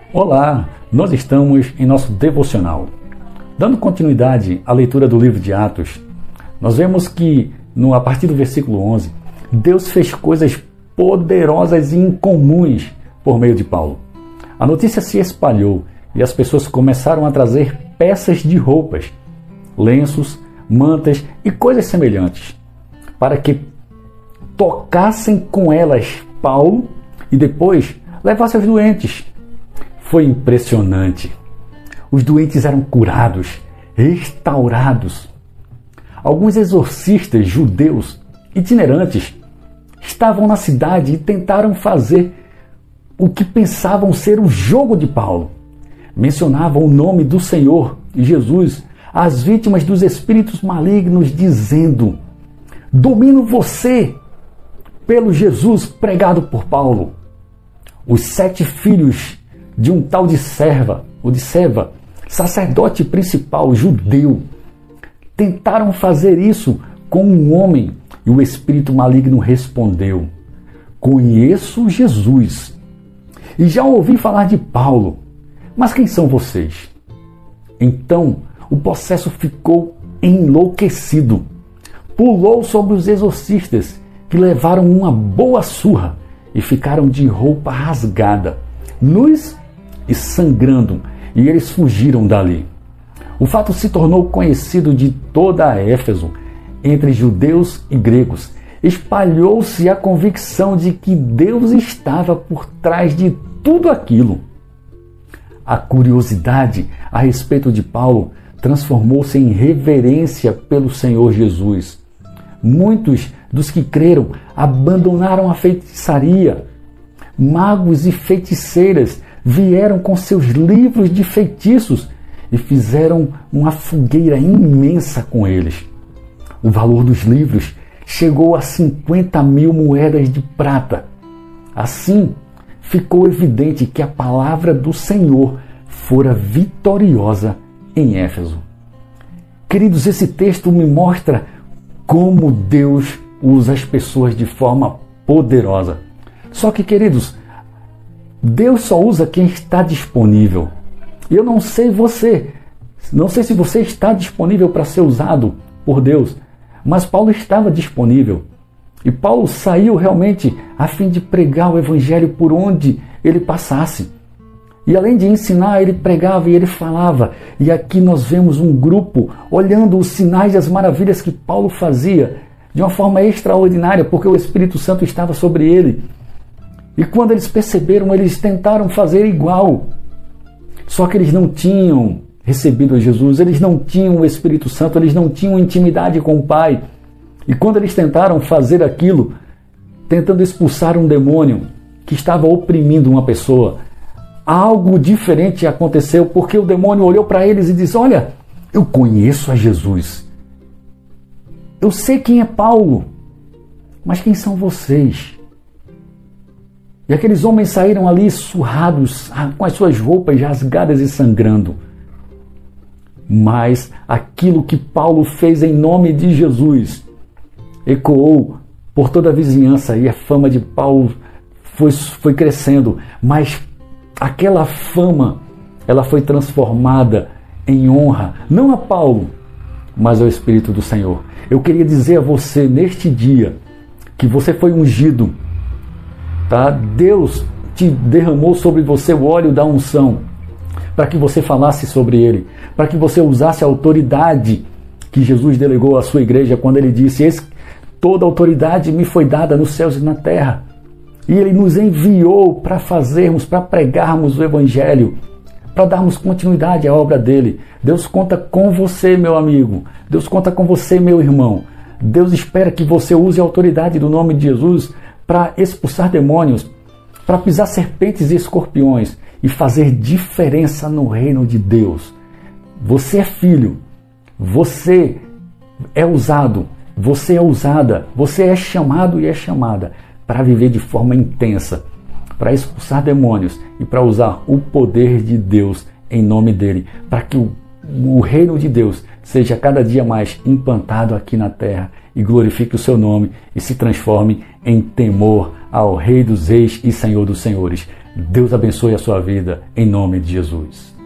Olá, nós estamos em nosso devocional. Dando continuidade à leitura do livro de Atos, nós vemos que, a partir do versículo 11, Deus fez coisas poderosas e incomuns por meio de Paulo. A notícia se espalhou e as pessoas começaram a trazer peças de roupas, lenços, mantas e coisas semelhantes, para que tocassem com elas Paulo e depois levassem os doentes. Foi impressionante. Os doentes eram curados, restaurados. Alguns exorcistas judeus itinerantes estavam na cidade e tentaram fazer o que pensavam ser o jogo de Paulo. Mencionavam o nome do Senhor Jesus às vítimas dos espíritos malignos, dizendo: domino você pelo Jesus pregado por Paulo. Os 7 filhos de um tal de Seva, sacerdote principal judeu, tentaram fazer isso com um homem e o espírito maligno respondeu: conheço Jesus e já ouvi falar de Paulo, mas quem são vocês? Então o possesso ficou enlouquecido, pulou sobre os exorcistas, que levaram uma boa surra e ficaram de roupa rasgada, nus e sangrando, e eles fugiram dali. O fato se tornou conhecido de toda a Éfeso, entre judeus e gregos. Espalhou-se a convicção de que Deus estava por trás de tudo aquilo. A curiosidade a respeito de Paulo transformou-se em reverência pelo Senhor Jesus. Muitos dos que creram abandonaram a feitiçaria. Magos e feiticeiras vieram com seus livros de feitiços e fizeram uma fogueira imensa com eles. O valor dos livros chegou a 50.000 moedas de prata. Assim, ficou evidente que a palavra do Senhor fora vitoriosa em Éfeso. Queridos, esse texto me mostra como Deus usa as pessoas de forma poderosa. Só que, queridos, Deus só usa quem está disponível. Eu não sei se você está disponível para ser usado por Deus, mas Paulo estava disponível. E Paulo saiu realmente a fim de pregar o evangelho por onde ele passasse. E além de ensinar, ele pregava e ele falava. E aqui nós vemos um grupo olhando os sinais e as maravilhas que Paulo fazia de uma forma extraordinária, porque o Espírito Santo estava sobre ele. E quando eles perceberam, eles tentaram fazer igual. Só que eles não tinham recebido Jesus, eles não tinham o Espírito Santo, eles não tinham intimidade com o Pai. E quando eles tentaram fazer aquilo, tentando expulsar um demônio que estava oprimindo uma pessoa, algo diferente aconteceu, porque o demônio olhou para eles e disse: olha, eu conheço a Jesus. Eu sei quem é Paulo, mas quem são vocês? E aqueles homens saíram ali surrados, com as suas roupas rasgadas e sangrando. Mas aquilo que Paulo fez em nome de Jesus ecoou por toda a vizinhança, e a fama de Paulo foi crescendo. Mas aquela fama, ela foi transformada em honra, não a Paulo, mas ao Espírito do Senhor. Eu queria dizer a você neste dia que você foi ungido. Tá? Deus te derramou sobre você o óleo da unção para que você falasse sobre ele, para que você usasse a autoridade que Jesus delegou à sua igreja quando ele disse: toda autoridade me foi dada nos céus e na terra. E ele nos enviou para pregarmos o evangelho, para darmos continuidade à obra dele. Deus conta com você, meu amigo. Deus conta com você, meu irmão. Deus espera que você use a autoridade do nome de Jesus para expulsar demônios, para pisar serpentes e escorpiões e fazer diferença no reino de Deus. Você é filho, você é usado, você é usada, você é chamado e é chamada para viver de forma intensa, para expulsar demônios e para usar o poder de Deus em nome dele, para que o reino de Deus seja cada dia mais implantado aqui na terra e glorifique o seu nome e se transforme em temor ao Rei dos Reis e Senhor dos Senhores. Deus abençoe a sua vida em nome de Jesus.